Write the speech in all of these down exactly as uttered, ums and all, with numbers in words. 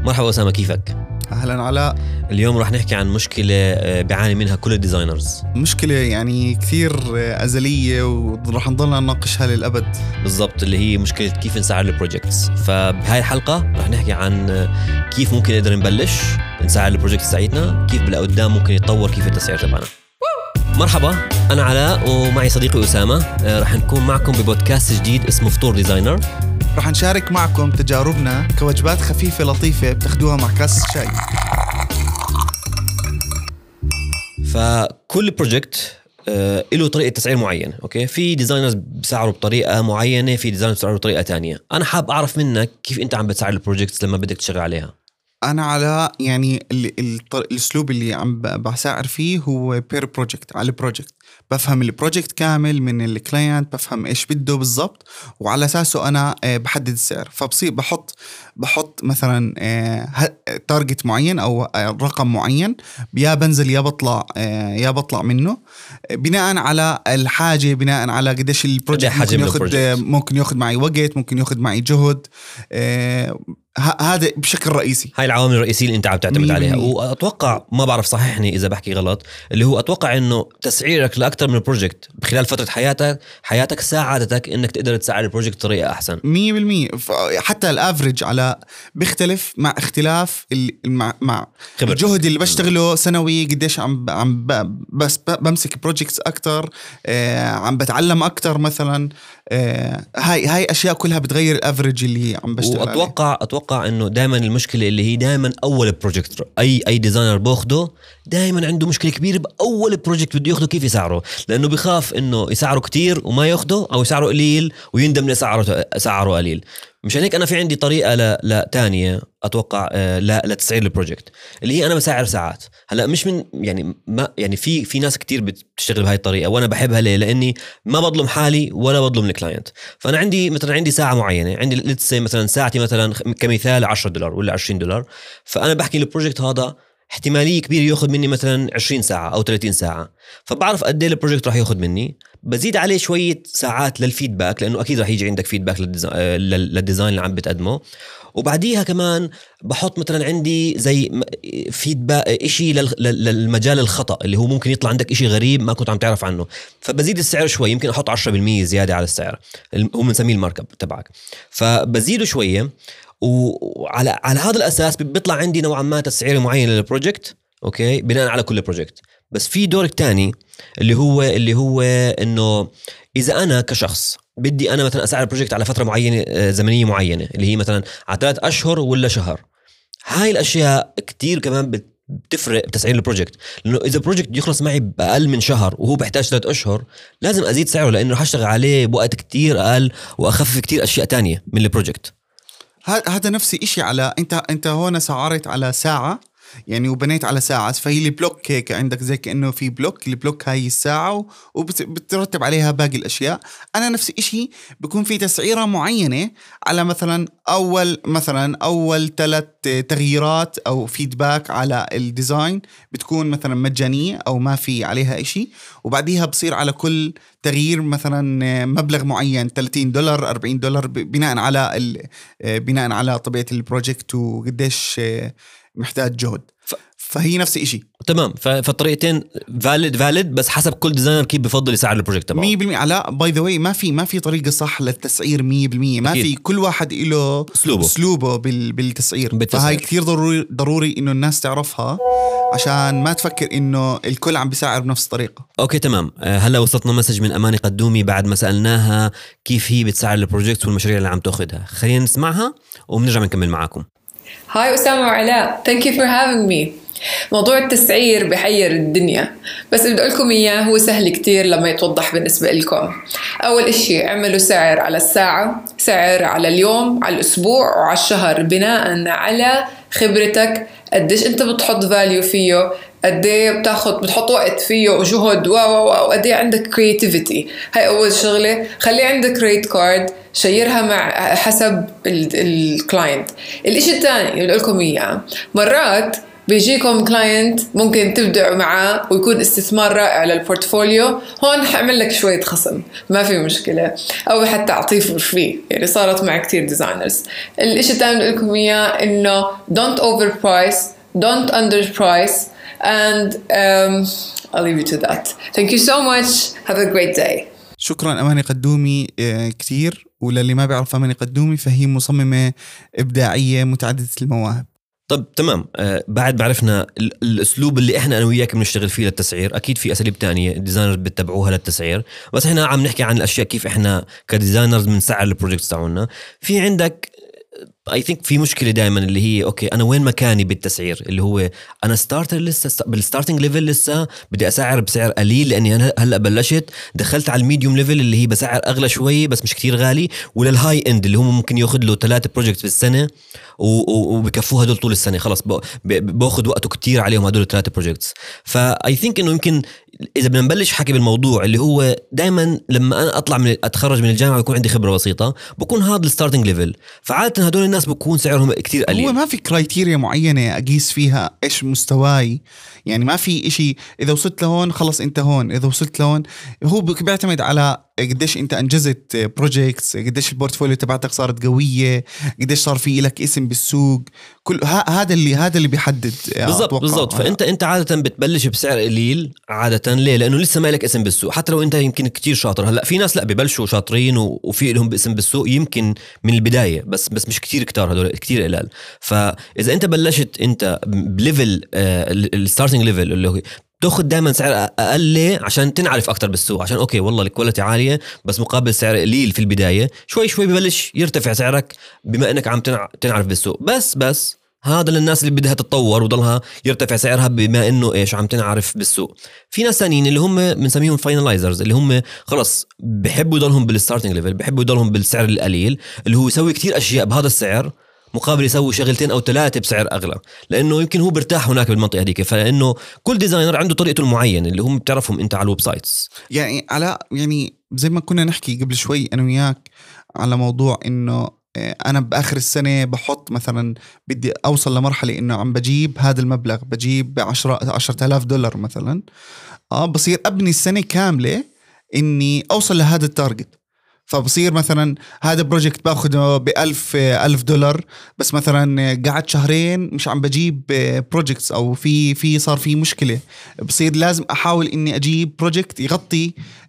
مرحبا أسامة، كيفك؟ أهلا علاء. اليوم راح نحكي عن مشكلة بيعاني منها كل الديزاينرز. مشكلة يعني كثير أزلية وراح نضلنا نناقشها للأبد. بالضبط، اللي هي مشكلة كيف نسعر البروجيكتس. فبهاي الحلقة راح نحكي عن كيف ممكن نقدر نبلش نسعر البروجيكتس تاعتنا، كيف بالقدام ممكن يتطور كيف التسعير تبعنا. مرحبا، أنا علاء ومعي صديقي أسامة. راح نكون معكم ببودكاست جديد اسمه فطور ديزاينر. راح نشارك معكم تجاربنا كوجبات خفيفة لطيفة بتاخدوها مع كاس شاي. فكل بروجكت آه له طريقة تسعير معين. أوكي، في ديزاينرز بسعروا بطريقة معينة، في ديزاينرز بسعروا بطريقة تانية. أنا حاب أعرف منك كيف أنت عم بتسعر البروجكتس لما بدك تشتغل عليها. أنا على يعني الأسلوب اللي عم بسعر فيه هو بير بروجكت، على بروجكت بفهم البروجكت كامل من الكلاينت، بفهم إيش بده بالضبط، وعلى أساسه أنا بحدد السعر. فبصير بحط بحط مثلا تارجت معين أو رقم معين، يا بنزل يا بطلع يا بطلع منه بناء على الحاجة، بناء على قديش البروجكت ممكن ياخد ممكن ياخد معي وقت، ممكن ياخد معي جهد. هذا بشكل رئيسي، هاي العوامل الرئيسية اللي انت عم تعتمد عليها. واتوقع، ما بعرف صححني اذا بحكي غلط، اللي هو اتوقع انه تسعيرك لاكثر من بروجكت خلال فترة حياتك حياتك ساعدتك انك تقدر تسعر البروجكت بطريقة احسن. مية بالمية. حتى الافريج على بيختلف مع اختلاف مع, مع الجهد اللي بشتغله سنوي، قديش عم عم بس بمسك بروجكتس اكتر، آه عم بتعلم اكتر مثلا. آه هاي هاي اشياء كلها بتغير الافريج اللي عم بشتغل عليه. واتوقع اتوقع انه دائما المشكله اللي هي دائما اول بروجكت اي اي ديزاينر باخده دائما عنده مشكله كبيره باول بروجكت بده ياخده كيف يسعره، لانه بخاف انه يسعره كتير وما ياخده، او يسعره قليل ويندم يسعره سعره قليل. مشان هيك انا في عندي طريقه لا لا تانية اتوقع لا لتسعير البروجكت، اللي هي انا بسعر ساعات. هلا مش من يعني ما يعني في في ناس كتير بتشتغل بهاي الطريقه، وانا بحبها ليه؟ لاني ما بظلم حالي ولا بظلم الكلاينت. فانا عندي مثلا عندي ساعه معينه، عندي ليتس سي مثلا ساعتي مثلا كمثال عشرة دولار ولا عشرين دولار، فانا بحكي البروجكت هذا احتماليه كبيره ياخذ مني مثلا عشرين ساعه او ثلاثين ساعه، فبعرف قد ايه البروجكت راح ياخذ مني، بزيد عليه شويه ساعات للفيدباك، لانه اكيد راح يجي عندك فيدباك للديزاين اللي عم بتقدمه. وبعديها كمان بحط مثلا عندي زي فيدباك إشي للمجال الخطأ، اللي هو ممكن يطلع عندك إشي غريب ما كنت عم تعرف عنه، فبزيد السعر شوي، يمكن أحط عشرة بالمية زيادة على السعر، هو بنسميه الماركب تبعك، فبزيده شوية. وعلى على هذا الأساس بيطلع عندي نوعا ما تسعير معين للبروجكت، أوكي، بناء على كل بروجكت. بس في دور تاني اللي هو اللي هو إنه إذا أنا كشخص بدي أنا مثلا أسعر بروجكت على فترة معينة زمنية معينة، اللي هي مثلا على ثلاث أشهر ولا شهر، هاي الأشياء كتير كمان بتفرق بتسعير البروجكت. لأنه إذا بروجكت يخلص معي بأقل من شهر وهو بيحتاج ثلاث أشهر، لازم أزيد سعره، لأنه رح أشتغل عليه بوقت كتير أقل وأخفف كتير أشياء تانية من البروجكت. هذا نفس الشيء. على أنت أنت هون سعرت على ساعة يعني، وبنيت على ساعة، فهي البلوك هيك عندك زي كأنه في بلوك، البلوك هاي الساعة وبترتب عليها باقي الأشياء. أنا نفس الشيء بيكون في تسعيرة معينة على مثلا أول مثلا أول ثلاث تغييرات أو فيدباك على الديزاين بتكون مثلا مجانية أو ما في عليها إشي، وبعديها بصير على كل تغيير مثلا مبلغ معين ثلاثين دولار أربعين دولار بناء على بناء على طبيعة البروجكت وقديش محتاج جهد. فهي نفس الشيء. تمام. فالطريقتين فاليد فاليد بس حسب كل ديزاينر كيف بفضل يسعر البروجكت تبعه. مية بالمية. على باي ذا واي ما في ما في طريقه صح للتسعير مية بالمية. ما أكيد. في كل واحد له اسلوبه اسلوبه بالتسعير. فهاي كثير ضروري ضروري انه الناس تعرفها عشان ما تفكر انه الكل عم بيسعر بنفس الطريقه. اوكي تمام. هلا وصلتنا مسج من اماني قدومي بعد ما سالناها كيف هي بتسعر البروجكت والمشاريع اللي عم تاخذها. خلينا نسمعها وبنرجع نكمل معاكم. هاي أسامة وعلاء، thank you for having me. موضوع التسعير بحير الدنيا، بس بدي أقول لكم إياه هو سهل كتير لما يتوضح بالنسبة لكم. أول إشي اعملوا سعر على الساعة، سعر على اليوم، على الأسبوع وعلى الشهر، بناء على خبرتك قديش أنت بتحط value فيه، قديه بتاخد بتحط وقت فيه وجهد و و و قديه عندك creativity. هاي أول شغلة. خلي عندك rate card شيرها مع حسب الكلاينت. الإشي الثاني اللي بقول لكم إياه، مرات بيجيكم كلاينت ممكن تبدعوا معاه ويكون استثمار رائع للبورتفوليو، هون حعمل لك شوية خصم ما في مشكلة، أو حتى أعطيه فور فري. يعني صارت مع كتير ديزاينرز. الإشي الثاني بدي لكم إياه إنه don't overprice, don't underprice, and um, I'll leave you to that. Thank you so much. Have a great day. شكرا أماني قدومي كتير. وللي ما بيعرف أماني قدومي فهي مصممة إبداعية متعددة المواهب. طب تمام. آه بعد بعرفنا الأسلوب اللي إحنا أنا وياك بنشتغل فيه للتسعير. أكيد في أساليب تانية الديزاينرز بتتبعوها للتسعير، بس إحنا عم نحكي عن الأشياء كيف إحنا كديزاينرز بنسعر البروجكتس تاعونا. في عندك I think في مشكلة دائما اللي هي أوكي أنا وين مكاني بالتسعير، اللي هو أنا ستارتر لسه بالستارتنج ليفل، لسه بدي أسعر بسعر قليل لأني أنا هلأ بلشت، دخلت على الميديوم ليفل اللي هي بسعر أغلى شوي بس مش كتير غالي، ولا الهاي إند اللي هم ممكن يأخذ له ثلاثة بروجكت في السنة وبكفوه هدول طول السنة، خلاص بأخذ وقته كتير عليهم هدول ثلاثة بروجكتس. فاي ثينك إنه يمكن إذا بدنا نبلش حكي بالموضوع اللي هو دائما لما أنا أطلع من أتخرج من الجامعة ويكون عندي خبرة بسيطة بكون هذا الستارتنج ليفل، فعادة هدول الناس بكون سعرهم كتير قليل. هو ما في كرايتيريا معينة أقيس فيها إيش مستواي، يعني ما في إشي إذا وصلت لهون خلص أنت هون، إذا وصلت لهون هو بيعتمد على قديش أنت أنجزت بروجيكتس، قديش البورتفوليو تبعتك صارت قوية، قديش صار في لك اسم بالسوق، كل هذا اللي هذا اللي بيحدد بالضبط بالضبط. فأنت أنت عادة بتبلش بسعر قليل عادة. ليه؟ لأنه لسه ما لك اسم بالسوق، حتى لو أنت يمكن كتير شاطر. هلا في ناس لا ببلشوا شاطرين وفي لهم اسم بالسوق يمكن من البداية، بس بس مش كتير كتار، هدول كتير قلال. فإذا أنت بلشت أنت بليفل الستارتنج ليفل اللي هو تأخذ دائما سعر أقل عشان تنعرف أكتر بالسوق، عشان أوكي والله الكواليتي عالية بس مقابل سعر قليل في البداية، شوي شوي ببلش يرتفع سعرك بما أنك عم تنعرف بالسوق. بس بس هذا للناس اللي بدها تتطور وضلها يرتفع سعرها بما انه ايش عم تنعرف بالسوق. في ناس ثانيين اللي هم بنسميهم فاينلايزرز، اللي هم خلص بحبوا يضلهم بالستارتنج ليفل، بحبوا يضلهم بالسعر القليل، اللي هو يسوي كتير اشياء بهذا السعر مقابل يسوي شغلتين او ثلاثه بسعر اغلى، لانه يمكن هو برتاح هناك بالمنطقه هذيك. فانه كل ديزاينر عنده طريقته المعينه اللي هم بتعرفهم انت على الويب سايتس. يعني على يعني زي ما كنا نحكي قبل شوي انا وياك على موضوع انه أنا بآخر السنة بحط مثلا بدي أوصل لمرحلة إنه عم بجيب هذا المبلغ، بجيب عشرة عشرة آلاف دولار مثلا، آه بصير أبني السنة كاملة إني أوصل لهذا التارجت. فبصير مثلا هذا بروجكت باخده بألف ألف دولار، بس مثلا قعدت شهرين مش عم بجيب بروجكتس أو في في صار في مشكلة، بصير لازم أحاول إني أجيب بروجكت يغطي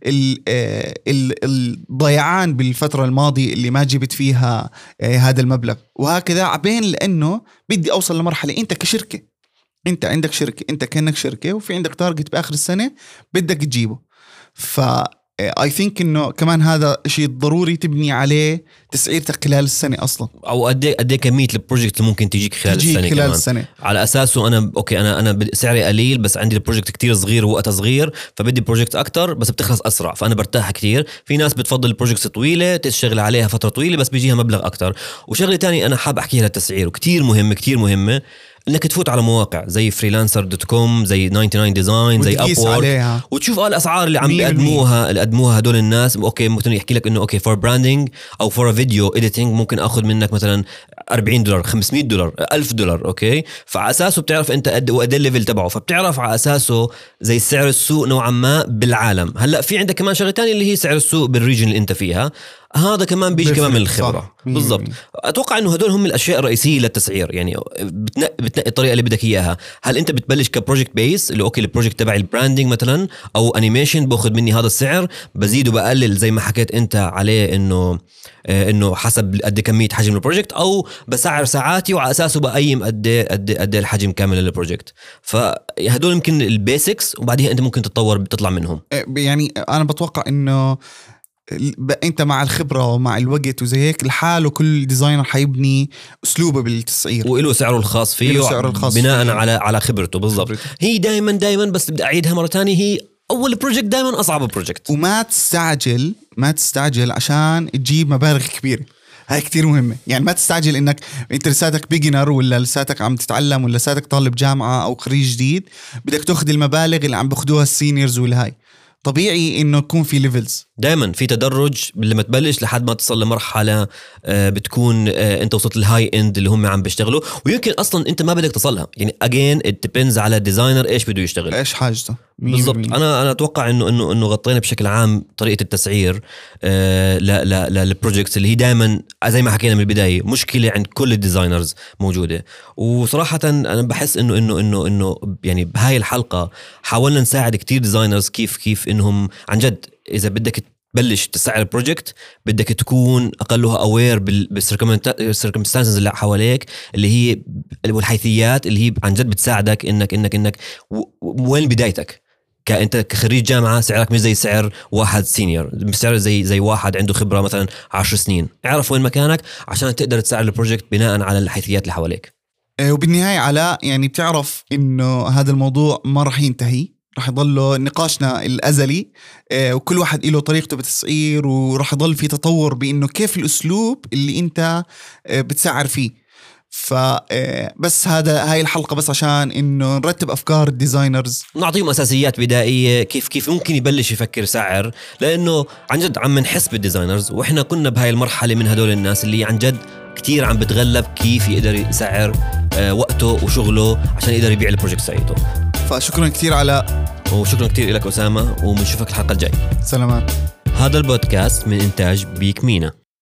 الضيعان بالفترة الماضية اللي ما جبت فيها هذا المبلغ، وهكذا عبين. لأنه بدي أوصل لمرحلة أنت كشركة، أنت عندك شركة، أنت كأنك شركة وفي عندك تارجت بآخر السنة بدك تجيبه. ف I think إنه كمان هذا شيء ضروري تبني عليه تسعيرتك خلال السنة أصلاً، أو قد إيه قد إيه كمية البروجكت اللي ممكن تيجيك خلال تجيك السنة خلال كمان. السنة على أساسه أنا أوكي أنا أنا سعري قليل بس عندي البروجكت كتير صغير ووقتها صغير، فبدي بروجكت أكتر بس بتخلص أسرع، فأنا برتاح كتير. في ناس بتفضل البروجكتس طويلة تشتغل عليها فترة طويلة بس بيجيها مبلغ أكتر. وشغلة تانية أنا حاب أحكيها للتسعير وكتير مهم كتير مهمة، انك تفوت على مواقع زي فريلانسر دوت كوم، زي تسعة وتسعين ديزاين، زي ابورك، وتشوف اه الاسعار اللي عم بيقدموها اللي قدموها هدول الناس. اوكي ممكن يحكي لك انه اوكي فور براندنج او فور فيديو اديتنج ممكن اخذ منك مثلا أربعين دولار، خمسمية دولار، ألف دولار. اوكي فعلى اساسه بتعرف انت قد وقد الليفل تبعه، فبتعرف على اساسه زي سعر السوق نوعا ما بالعالم. هلا في عندك كمان شغله ثانيه اللي هي سعر السوق بالريجن اللي انت فيها، هذا كمان بيجي كمان من الخبرة. بالضبط. أتوقع إنه هدول هم الأشياء الرئيسية للتسعير. يعني بتنقي, بتنقي الطريقة اللي بدك إياها. هل أنت بتبلش كبروجكت بيس اللي أوكي البروجكت تبع البراندينج مثلا أو أنيميشن باخد مني هذا السعر بزيد وبقلل زي ما حكيت أنت عليه إنه إنه حسب قد كمية حجم البروجكت، أو بسعر ساعاتي وعلى أساسه بقيم قد قد قد الحجم كامل للبروجكت. فهدول يمكن البيسكس وبعدها أنت ممكن تتطور بتطلع منهم. يعني أنا بتوقع إنه انت مع الخبرة ومع الوقت وزي هيك الحال، وكل ديزاينر حيبني اسلوبه بالتسعير وله سعره الخاص فيه بناء على على خبرته. بالضبط. هي دايما دايما بس بدي اعيدها مرة تانية، هي اول بروجكت دايما اصعب بروجكت، وما تستعجل ما تستعجل عشان تجيب مبالغ كبيرة. هاي كتير مهمة. يعني ما تستعجل انك انت لساتك بيجنر ولا لساتك عم تتعلم ولا لساتك طالب جامعة او خريج جديد بدك تاخذ المبالغ اللي عم بياخدوها السينيورز. ولا هاي طبيعي انه يكون في ليفلز، دائما في تدرج لما تبلش لحد ما تصل لمرحله بتكون انت وصلت الهاي اند اللي هم عم بيشتغلوا، ويمكن اصلا انت ما بدك تصلها. يعني اجين ات ديبيندز على الديزاينر ايش بده يشتغل، ايش حاجته بالضبط. انا انا اتوقع انه انه انه غطينا بشكل عام طريقه التسعير آه لا لا لا للبروجكتس اللي هي دائما زي ما حكينا من البدايه مشكله عند كل الديزاينرز موجوده. وصراحه انا بحس انه انه انه انه يعني بهاي الحلقه حاولنا نساعد كتير ديزاينرز كيف كيف انهم عن جد اذا بدك تبلش تسعر البروجكت بدك تكون اقلها اوير بالسيركمستانسز اللي حواليك اللي هي والحيثيات اللي هي عن جد بتساعدك انك انك انك وين بدايتك. كأنت كخريج جامعة سعرك مش زي سعر واحد سينيور، سعر زي زي واحد عنده خبرة مثلا عشر سنين. اعرف وين مكانك عشان تقدر تسعر البروجكت بناء على الحيثيات اللي حواليك. وبالنهاية علاء يعني بتعرف إنه هذا الموضوع ما رح ينتهي، رح يضل نقاشنا الأزلي وكل واحد له طريقته بتسعير، ورح يضل في تطور بإنه كيف الأسلوب اللي أنت بتسعر فيه. فبس هذا هاي الحلقة بس عشان إنه نرتب أفكار الديزاينرز، نعطيهم أساسيات بدائية كيف كيف ممكن يبلش يفكر سعر، لأنه عن جد عم نحس بالديزاينرز وإحنا كنا بهاي المرحلة من هدول الناس اللي عن جد كتير عم بتغلب كيف يقدر يسعر وقته وشغله عشان يقدر يبيع البروجكت ساعته. فشكرا كتير على وشكرا كتير لك أسامة، وبنشوفك الحلقة الجاي. سلامات. هذا البودكاست من إنتاج بيك مينا.